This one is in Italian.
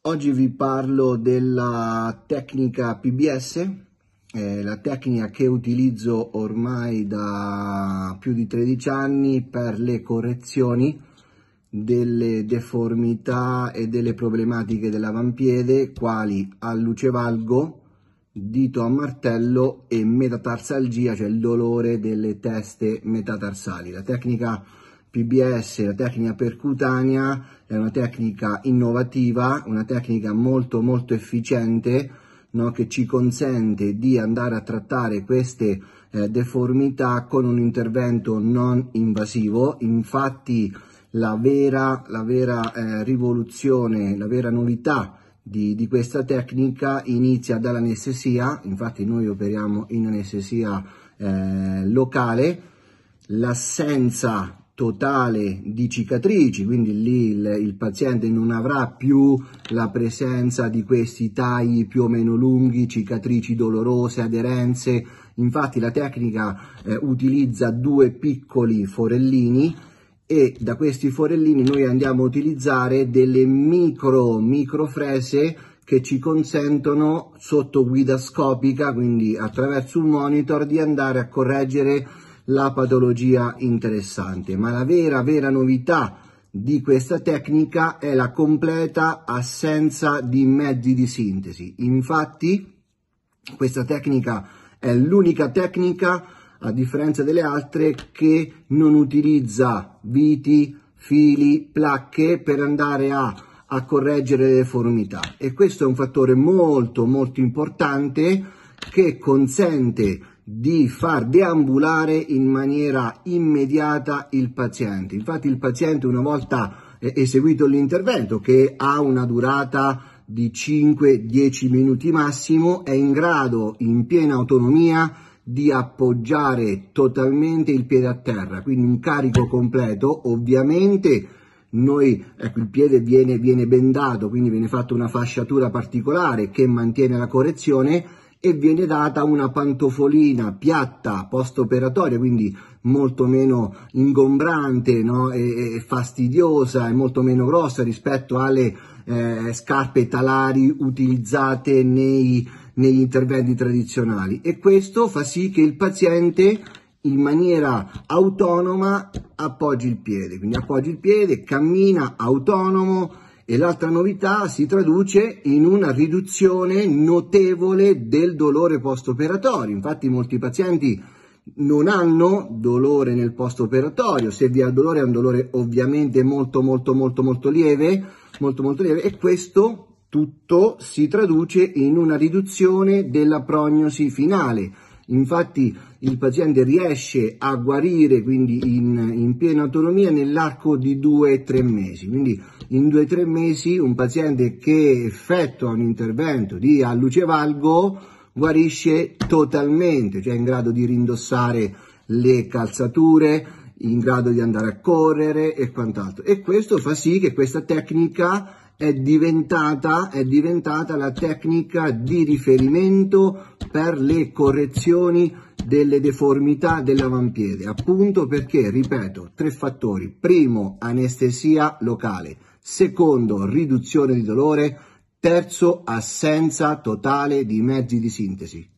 Oggi vi parlo della tecnica PBS, la tecnica che utilizzo ormai da più di 13 anni per le correzioni delle deformità e delle problematiche dell'avampiede, quali allucevalgo, dito a martello e metatarsalgia, cioè il dolore delle teste metatarsali. La tecnica PBS, la tecnica percutanea, è una tecnica innovativa, una tecnica molto efficiente, no, che ci consente di andare a trattare queste deformità con un intervento non invasivo. Infatti la vera rivoluzione, la vera novità di questa tecnica inizia dall'anestesia. Infatti noi operiamo in anestesia locale, l'assenza totale di cicatrici, quindi lì il paziente non avrà più la presenza di questi tagli più o meno lunghi, cicatrici dolorose, aderenze. Infatti la tecnica utilizza due piccoli forellini, e da questi forellini noi andiamo a utilizzare delle microfrese che ci consentono, sotto guida scopica, quindi attraverso un monitor, di andare a correggere la patologia interessante. Ma la vera novità di questa tecnica è la completa assenza di mezzi di sintesi. Infatti questa tecnica è l'unica tecnica, a differenza delle altre, che non utilizza viti, fili, placche per andare a correggere le deformità, e questo è un fattore molto importante che consente di far deambulare in maniera immediata il paziente. Infatti il paziente, una volta eseguito l'intervento, che ha una durata di 5-10 minuti massimo, è in grado, in piena autonomia, di appoggiare totalmente il piede a terra, quindi un carico completo. Ovviamente il piede viene bendato, quindi viene fatta una fasciatura particolare che mantiene la correzione, e viene data una pantofolina piatta post-operatoria, quindi molto meno ingombrante, no? e fastidiosa, e molto meno grossa rispetto alle scarpe talari utilizzate negli interventi tradizionali. E questo fa sì che il paziente in maniera autonoma appoggi il piede, quindi appoggi il piede, cammina autonomo. E l'altra novità si traduce in una riduzione notevole del dolore post-operatorio. Infatti molti pazienti non hanno dolore nel post-operatorio. Se vi è dolore, è un dolore ovviamente molto lieve, e questo tutto si traduce in una riduzione della prognosi finale. Infatti il paziente riesce a guarire, quindi in piena autonomia, nell'arco di 2-3 mesi. Quindi in 2-3 mesi un paziente che effettua un intervento di allucevalgo guarisce totalmente, cioè è in grado di rindossare le calzature, in grado di andare a correre e quant'altro. E questo fa sì che questa tecnica è diventata la tecnica di riferimento per le correzioni delle deformità dell'avampiede, appunto perché, ripeto, 3 fattori: primo, anestesia locale; secondo, riduzione di dolore; terzo, assenza totale di mezzi di sintesi.